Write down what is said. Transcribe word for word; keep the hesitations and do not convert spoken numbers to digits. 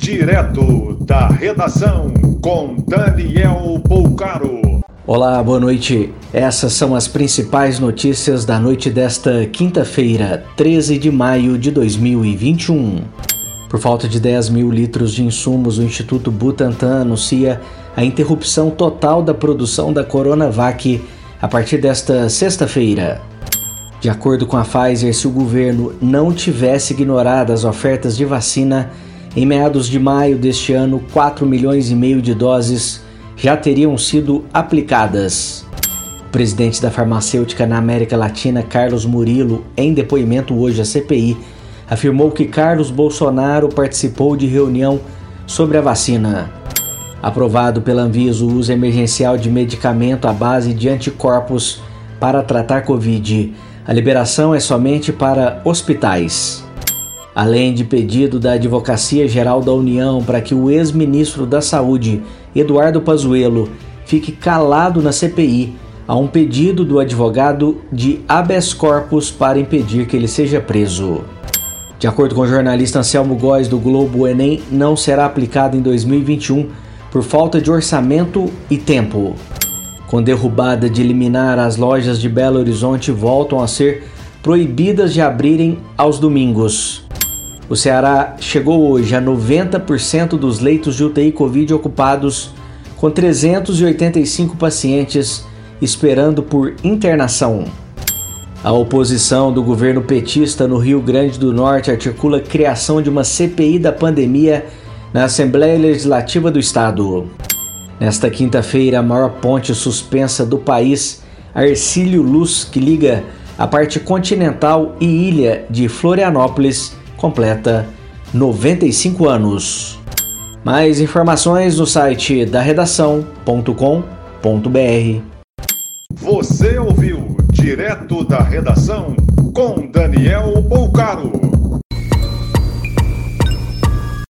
Direto da redação com Daniel Poucaro. Olá, boa noite. Essas são as principais notícias da noite desta quinta-feira, treze de maio de dois mil e vinte e um. Por falta de dez mil litros de insumos, o Instituto Butantan anuncia a interrupção total da produção da Coronavac a partir desta sexta-feira. De acordo com a Pfizer, se o governo não tivesse ignorado as ofertas de vacina, em meados de maio deste ano, quatro milhões e meio de doses já teriam sido aplicadas. O presidente da farmacêutica na América Latina, Carlos Murilo, em depoimento hoje à C P I, afirmou que Carlos Bolsonaro participou de reunião sobre a vacina. Aprovado pela Anvisa o uso emergencial de medicamento à base de anticorpos para tratar Covid. A liberação é somente para hospitais. Além de pedido da Advocacia Geral da União para que o ex-ministro da Saúde, Eduardo Pazuello, fique calado na C P I, há um pedido do advogado de habeas corpus para impedir que ele seja preso. De acordo com o jornalista Anselmo Góes do Globo, o Enem não será aplicado em dois mil e vinte e um por falta de orçamento e tempo. Com derrubada de liminar, as lojas de Belo Horizonte voltam a ser proibidas de abrirem aos domingos. O Ceará chegou hoje a noventa por cento dos leitos de U T I Covid ocupados, com trezentos e oitenta e cinco pacientes esperando por internação. A oposição do governo petista no Rio Grande do Norte articula a criação de uma C P I da pandemia na Assembleia Legislativa do Estado. Nesta quinta-feira, a maior ponte suspensa do país, a Hercílio Luz, que liga a parte continental e ilha de Florianópolis, completa noventa e cinco anos. Mais informações no site da redação ponto com ponto br. Você ouviu Direto da Redação com Daniel Poucaro.